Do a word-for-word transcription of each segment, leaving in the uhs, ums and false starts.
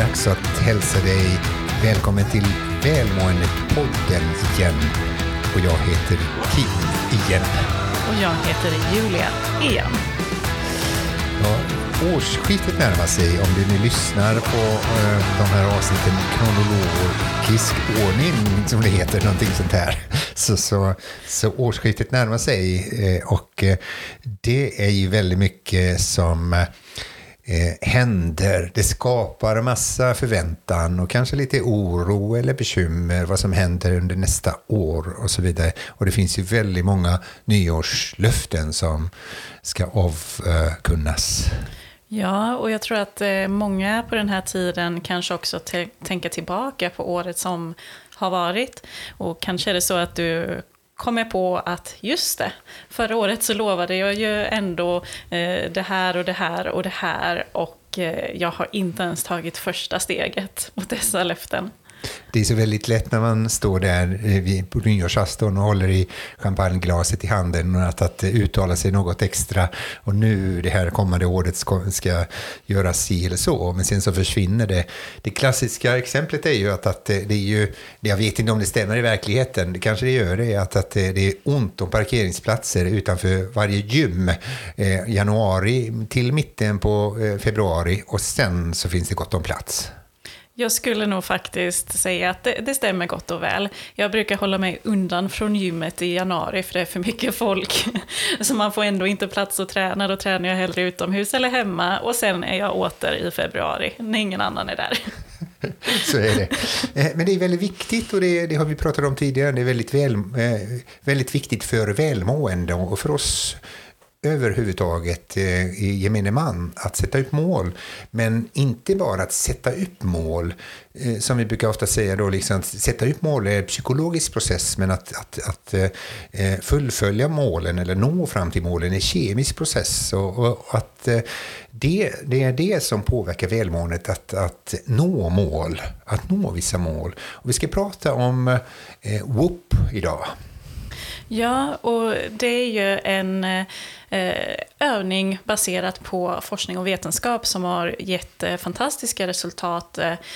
dags att hälsa dig välkommen till Välmående-podden igen. Och jag heter Kim igen. Och jag heter Julia igen. Ja, årsskiftet närmar sig. Om du nu lyssnar på uh, de här avsnitten i kronologisk ordning, som det heter, någonting sånt här. Så, så, så årsskiftet närmar sig. Uh, och uh, det är ju väldigt mycket som... Uh, Eh, händer. Det skapar massa förväntan och kanske lite oro eller bekymmer vad som händer under nästa år och så vidare. Och det finns ju väldigt många nyårslöften som ska avkunnas. Ja, och jag tror att eh, många på den här tiden kanske också t- tänker tillbaka på året som har varit. Och kanske är det så att du kommer på att just det, förra året så lovade jag ju ändå eh, det här och det här och det här och eh, jag har inte ens tagit första steget mot dessa löften. Det är så väldigt lätt när man står där på nyårsafton och håller i champagneglaset i handen och att, att uttala sig något extra och nu det här kommande året ska, ska göra si eller så, men sen så försvinner det. Det klassiska exemplet är ju att, att det är ju, jag vet inte om det stämmer i verkligheten, det kanske det gör det, att, att det är ont om parkeringsplatser utanför varje gym eh, januari till mitten på eh, februari och sen så finns det gott om plats. Jag skulle nog faktiskt säga att det, det stämmer gott och väl. Jag brukar hålla mig undan från gymmet i januari för det är för mycket folk. Så man får ändå inte plats att träna. Då tränar jag hellre utomhus eller hemma. Och sen är jag åter i februari när ingen annan är där. Så är det. Men det är väldigt viktigt och det, det har vi pratat om tidigare. Det är väldigt, väl, väldigt viktigt för välmående och för oss överhuvudtaget eh, i gemene man att sätta upp mål, men inte bara att sätta upp mål eh, som vi brukar ofta säga då, liksom, att sätta upp mål är en psykologisk process, men att, att, att eh, fullfölja målen eller nå fram till målen är en kemisk process och, och att eh, det, det är det som påverkar välmåendet, att, att nå mål, att nå vissa mål. Och vi ska prata om eh, W O P idag. Ja, och det är ju en eh, övning baserat på forskning och vetenskap som har gett eh, fantastiska resultat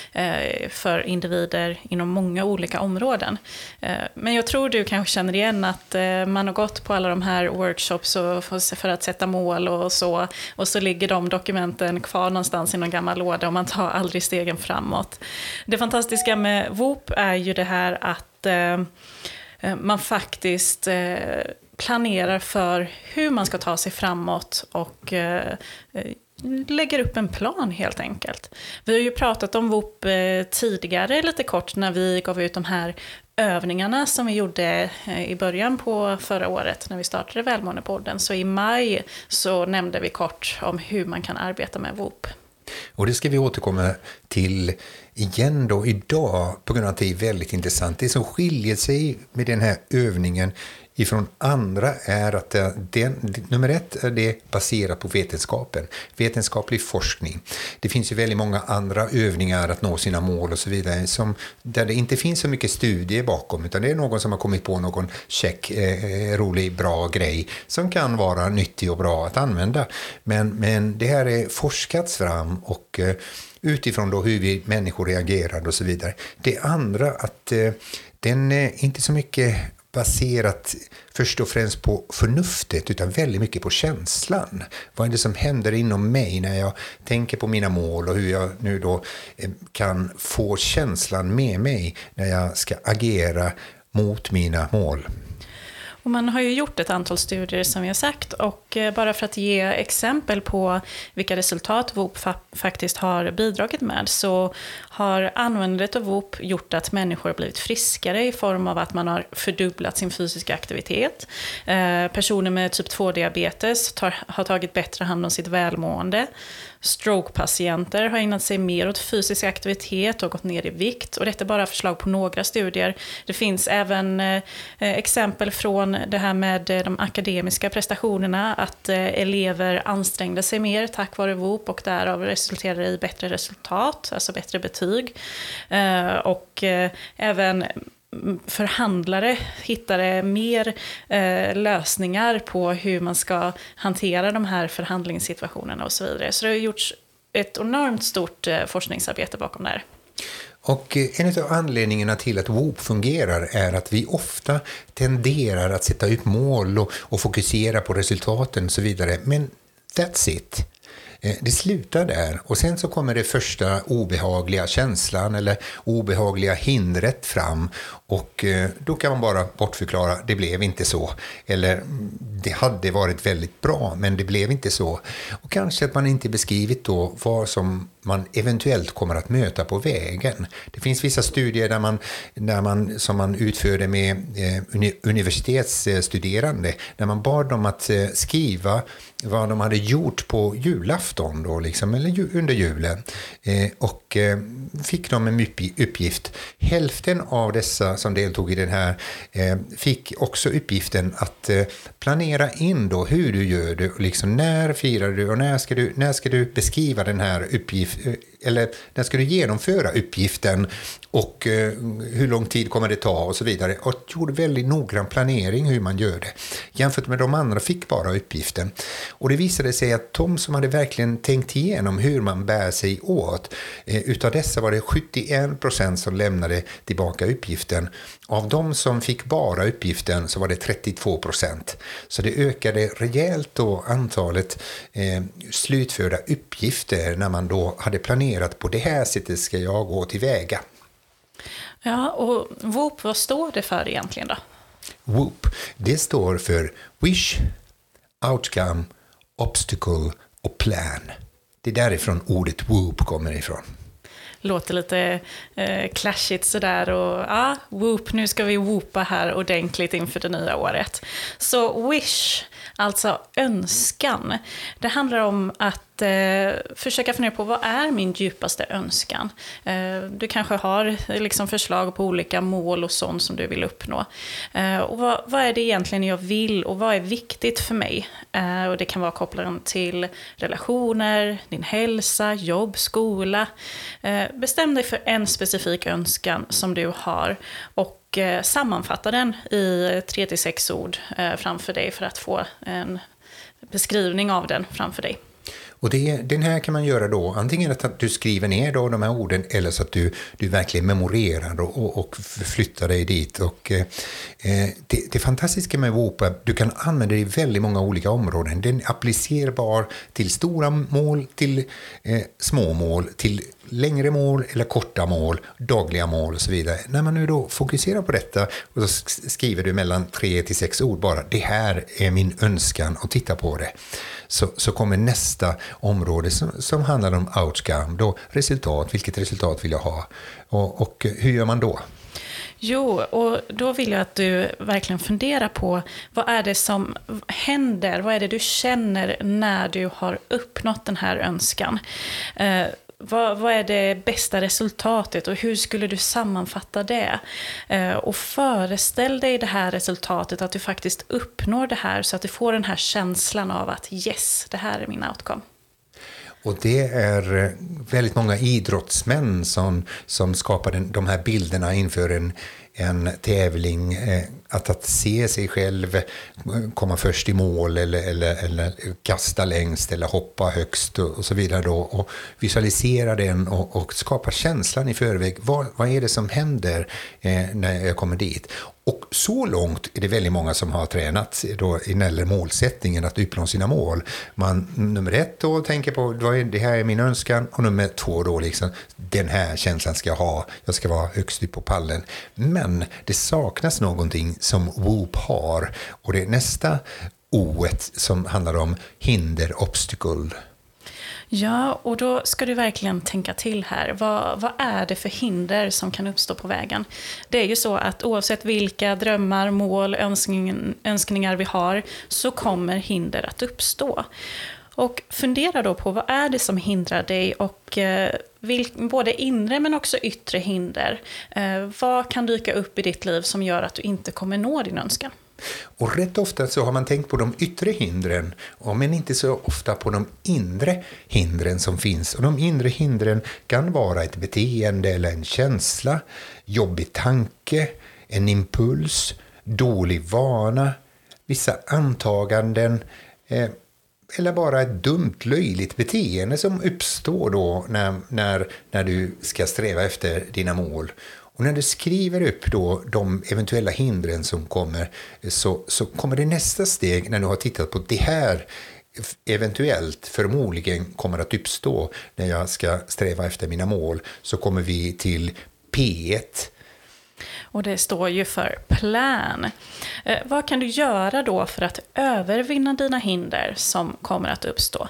eh, för individer inom många olika områden. Eh, men jag tror du kanske känner igen att eh, man har gått på alla de här workshops och för, för att sätta mål och så, och så ligger de dokumenten kvar någonstans i någon gammal låda och man tar aldrig stegen framåt. Det fantastiska med W O P är ju det här att eh, man faktiskt eh, planerar för hur man ska ta sig framåt och eh, lägger upp en plan helt enkelt. Vi har ju pratat om W O P eh, tidigare lite kort när vi gav ut de här övningarna som vi gjorde eh, i början på förra året när vi startade Välmående-podden. Så i maj så nämnde vi kort om hur man kan arbeta med W O P. Och det ska vi återkomma till igen då idag på grund av att det är väldigt intressant. Det som skiljer sig med den här övningen ifrån andra är att den, nummer ett är det baserat på vetenskapen, vetenskaplig forskning. Det finns ju väldigt många andra övningar att nå sina mål och så vidare som, där det inte finns så mycket studier bakom, utan det är någon som har kommit på någon check, eh, rolig, bra grej som kan vara nyttig och bra att använda. Men, men det här är forskats fram och eh, utifrån då hur vi människor reagerar och så vidare. Det andra att eh, den är inte så mycket baserat först och främst på förnuftet utan väldigt mycket på känslan. Vad är det som händer inom mig när jag tänker på mina mål och hur jag nu då eh, kan få känslan med mig när jag ska agera mot mina mål. Och man har ju gjort ett antal studier som vi har sagt och bara för att ge exempel på vilka resultat W O P fa- faktiskt har bidragit med så har användandet av W O P gjort att människor har blivit friskare i form av att man har fördubblat sin fysiska aktivitet. Eh, personer med typ två-diabetes tar, har tagit bättre hand om sitt välmående. Stroke-patienter har ägnat sig mer åt fysisk aktivitet och gått ner i vikt. Och detta är bara förslag på några studier. Det finns även eh, exempel från det här med de akademiska prestationerna. Att eh, elever ansträngde sig mer tack vare W O P och därav resulterade i bättre resultat, alltså bättre betyg. Eh, och eh, även förhandlare hittade mer eh, lösningar på hur man ska hantera de här förhandlingssituationerna och så vidare. Så det har gjorts ett enormt stort forskningsarbete bakom det här. Och en av anledningarna till att W O P fungerar är att vi ofta tenderar att sätta upp mål och, och fokusera på resultaten och så vidare. Men that's it. Det slutar där och sen så kommer det första obehagliga känslan eller obehagliga hindret fram och då kan man bara bortförklara, det blev inte så. Eller det hade varit väldigt bra men det blev inte så. Och kanske att man inte beskrivit då vad som man eventuellt kommer att möta på vägen. Det finns vissa studier där man, där man, som man utförde med eh, universitetsstuderande där man bad dem att eh, skriva vad de hade gjort på julafton då, liksom, eller ju, under julen. Eh, och eh, fick de en uppgift. Hälften av dessa som deltog i den här eh, fick också uppgiften att eh, planera in då hur du gör det. Liksom, när firar du och när ska du, när ska du beskriva den här uppgiften eller när ska du genomföra uppgiften och eh, hur lång tid kommer det ta och så vidare. Och gjorde väldigt noggrann planering hur man gör det. Jämfört med de andra fick bara uppgiften. Och det visade sig att de som hade verkligen tänkt igenom hur man bär sig åt, eh, utav dessa var det sjuttioen procent som lämnade tillbaka uppgiften. Av de som fick bara uppgiften så var det trettiotvå procent. Så det ökade rejält då antalet eh, slutförda uppgifter när man då hade planerat på det här sättet ska jag gå tillväga. Ja, och W O P, vad står det för egentligen då? W O P, det står för Wish, Outcome, Obstacle och Plan. Det är därifrån ordet W O P kommer ifrån. Låter lite eh, clashigt sådär och ja, W O P, nu ska vi whoopa här ordentligt inför det nya året. Så wish, alltså önskan, det handlar om att eh, försöka fundera på vad är min djupaste önskan. Eh, du kanske har liksom förslag på olika mål och sånt som du vill uppnå. Eh, och vad, vad är det egentligen jag vill och vad är viktigt för mig? Eh, och det kan vara kopplat till relationer, din hälsa, jobb, skola. Eh, bestäm dig för en specifik önskan som du har och eh, sammanfatta den i tre till sex ord eh, framför dig för att få en beskrivning av den framför dig. Och det, den här kan man göra då antingen att du skriver ner då de här orden eller så att du, du verkligen memorerar och, och, och flyttar dig dit. Och, eh, det, det fantastiska med W O P är att du kan använda det i väldigt många olika områden. Den är applicerbar till stora mål, till eh, små mål, till längre mål eller korta mål, dagliga mål och så vidare. När man nu då fokuserar på detta och så skriver du mellan tre till sex ord bara, det här är min önskan och titta på det. Så, så kommer nästa område som, som handlar om outcome, då resultat, vilket resultat vill jag ha och, och hur gör man då? Jo, och då vill jag att du verkligen funderar på vad är det som händer, vad är det du känner när du har uppnått den här önskan. Eh, Vad, vad är det bästa resultatet och hur skulle du sammanfatta det? Eh, och föreställ dig det här resultatet, att du faktiskt uppnår det här så att du får den här känslan av att yes, det här är min outcome. Och det är väldigt många idrottsmän som, som skapar den, de här bilderna inför en, en tävling. Eh, att, att se sig själv komma först i mål eller, eller, eller kasta längst eller hoppa högst och, och så vidare. Då, och visualisera den och, och skapa känslan i förväg. Vad, vad är det som händer eh, när jag kommer dit? Och så långt är det väldigt många som har tränat då i när målsättningen att uppnå sina mål. Man nummer ett då tänker på vad är, det här är min önskan och nummer två då liksom den här känslan ska jag ha. Jag ska vara högst upp på pallen. Men det saknas någonting som W O P har och det är nästa O-et som handlar om hinder, obstacle. Ja, och då ska du verkligen tänka till här. Vad, vad är det för hinder som kan uppstå på vägen? Det är ju så att oavsett vilka drömmar, mål, önskning, önskningar vi har så kommer hinder att uppstå. Och fundera då på vad är det som hindrar dig och eh, vil, både inre men också yttre hinder. Eh, vad kan dyka upp i ditt liv som gör att du inte kommer nå din önskan? Och rätt ofta så har man tänkt på de yttre hindren, men inte så ofta på de inre hindren som finns. Och de inre hindren kan vara ett beteende eller en känsla, jobbig tanke, en impuls, dålig vana, vissa antaganden, eh, eller bara ett dumt, löjligt beteende som uppstår då när, när, när du ska sträva efter dina mål. Och när du skriver upp då de eventuella hindren som kommer, så, så kommer det nästa steg när du har tittat på det här eventuellt förmodligen kommer att uppstå när jag ska sträva efter mina mål, så kommer vi till P ett. Och det står ju för plan. Eh, vad kan du göra då för att övervinna dina hinder som kommer att uppstå?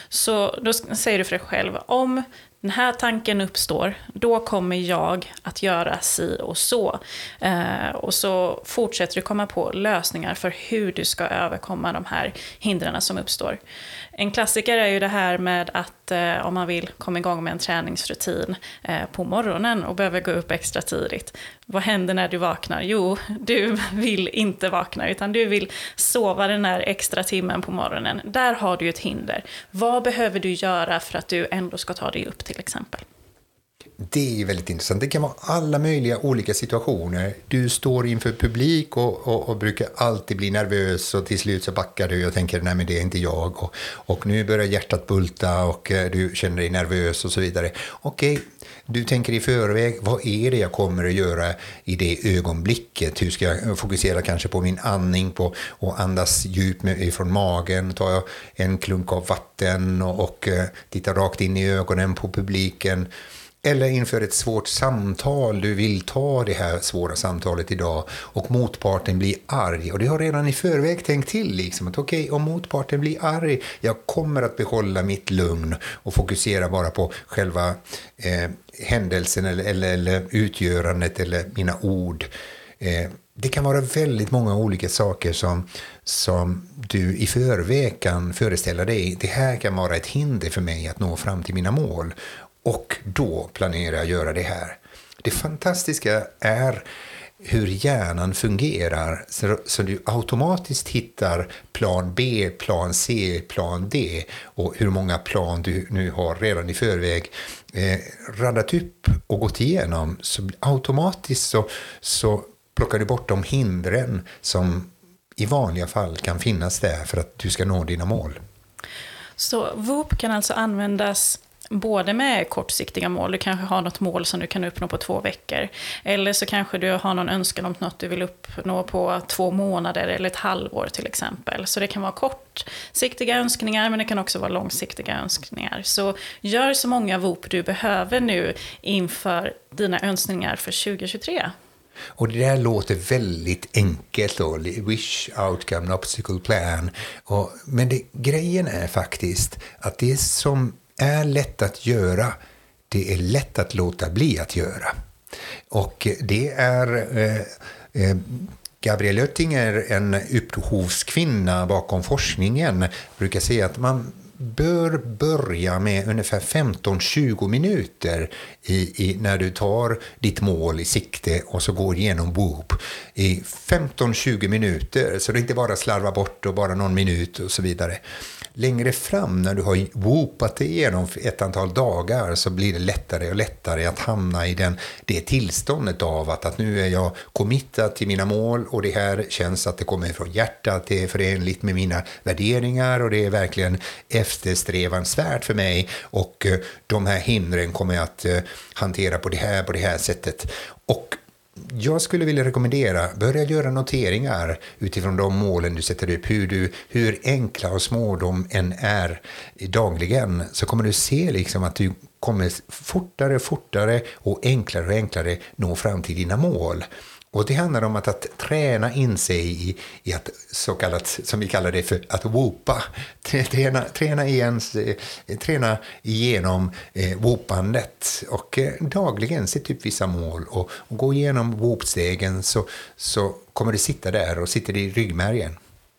Så då säger du för dig själv, om den här tanken uppstår, då kommer jag att göra si och så. Eh, och så fortsätter du komma på lösningar för hur du ska överkomma de här hindren som uppstår. En klassiker är ju det här med att eh, om man vill komma igång med en träningsrutin eh, på morgonen och behöver gå upp extra tidigt. Vad händer när du vaknar? Jo, du vill inte vakna utan du vill sova den här extra timmen på morgonen. Där har du ett hinder. Vad behöver du göra för att du ändå ska ta dig upp till exempel? Det är väldigt intressant. Det kan vara alla möjliga olika situationer. Du står inför publik och, och, och brukar alltid bli nervös och till slut så backar du och tänker nej men det är inte jag. Och, och nu börjar hjärtat bulta och du känner dig nervös och så vidare. Okej, du tänker i förväg, vad är det jag kommer att göra i det ögonblicket? Hur ska jag fokusera kanske på min andning på, och andas djupt med, från magen? Tar jag en klunk av vatten och, och tittar rakt in i ögonen på publiken? Eller inför ett svårt samtal, du vill ta det här svåra samtalet idag och motparten blir arg. Och det har redan i förväg tänkt till liksom att okej, okay, om motparten blir arg, jag kommer att behålla mitt lugn och fokusera bara på själva eh, händelsen eller, eller, eller utgörandet eller mina ord. Eh, det kan vara väldigt många olika saker som, som du i förväg kan föreställa dig. Det här kan vara ett hinder för mig att nå fram till mina mål. Och då planerar jag göra det här. Det fantastiska är hur hjärnan fungerar så, så du automatiskt hittar plan B, plan C, plan D och hur många plan du nu har redan i förväg eh, radat upp och gått igenom. Så automatiskt så, så plockar du bort de hindren som i vanliga fall kan finnas där för att du ska nå dina mål. Så V O P kan alltså användas både med kortsiktiga mål, du kanske har något mål som du kan uppnå på två veckor. Eller så kanske du har någon önskan om något du vill uppnå på två månader eller ett halvår till exempel. Så det kan vara kortsiktiga önskningar men det kan också vara långsiktiga önskningar. Så gör så många V O P du behöver nu inför dina önskningar för tjugo tjugotre. Och det där låter väldigt enkelt då, wish, outcome, obstacle plan. Och, men det, grejen är faktiskt att det som är lätt att göra, det är lätt att låta bli att göra. Och det är eh, eh, Gabrielle Oettinger, en upphovskvinna bakom forskningen, brukar säga att man bör börja med ungefär femton till tjugo minuter i, i, när du tar ditt mål i sikte och så går igenom V O P i femton till tjugo minuter, så det inte bara slarva bort och bara någon minut och så vidare. Längre fram när du har V O P-at det igenom ett antal dagar så blir det lättare och lättare att hamna i den, det tillståndet av att, att nu är jag committad till mina mål och det här känns att det kommer från hjärtat, det är förenligt med mina värderingar och det är verkligen eftersträvansvärt för mig och eh, de här hindren kommer jag att eh, hantera på det här, på det här sättet. Och jag skulle vilja rekommendera, börja göra noteringar utifrån de målen du sätter upp, hur, du, hur enkla och små de än är dagligen, så kommer du se liksom att du kommer fortare och fortare och enklare och enklare nå fram till dina mål. Och det handlar om att, att träna in sig i, i att så kallat, som vi kallar det för att whoopa. Träna, träna, igen, träna igenom eh, whoopandet och eh, dagligen sätta upp vissa mål och, och gå igenom whoop-stegen så, så kommer det sitta där och sitter i ryggmärgen.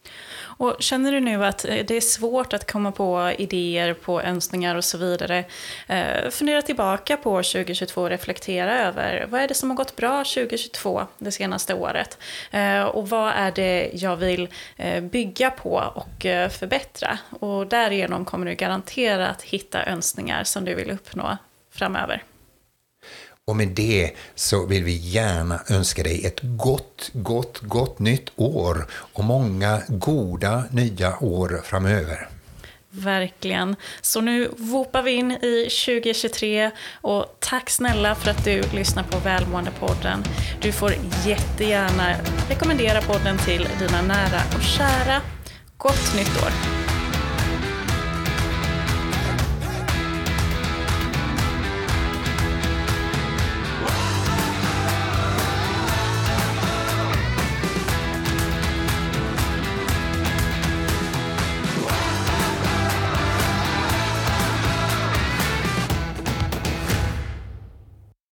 Och känner du nu att det är svårt att komma på idéer, på önskningar och så vidare? Eh, fundera tillbaka på tjugo tjugotvå och reflektera över vad är det som har gått bra tjugo tjugotvå det senaste året? Eh, och vad är det jag vill eh, bygga på och eh, förbättra? Och därigenom kommer du garanterat hitta önskningar som du vill uppnå framöver. Och med det så vill vi gärna önska dig ett gott, gott, gott nytt år och många goda nya år framöver. Verkligen. Så nu vopar vi in i tjugo tjugotre och tack snälla för att du lyssnar på Välmående-podden. Du får jättegärna rekommendera podden till dina nära och kära. Gott nytt år!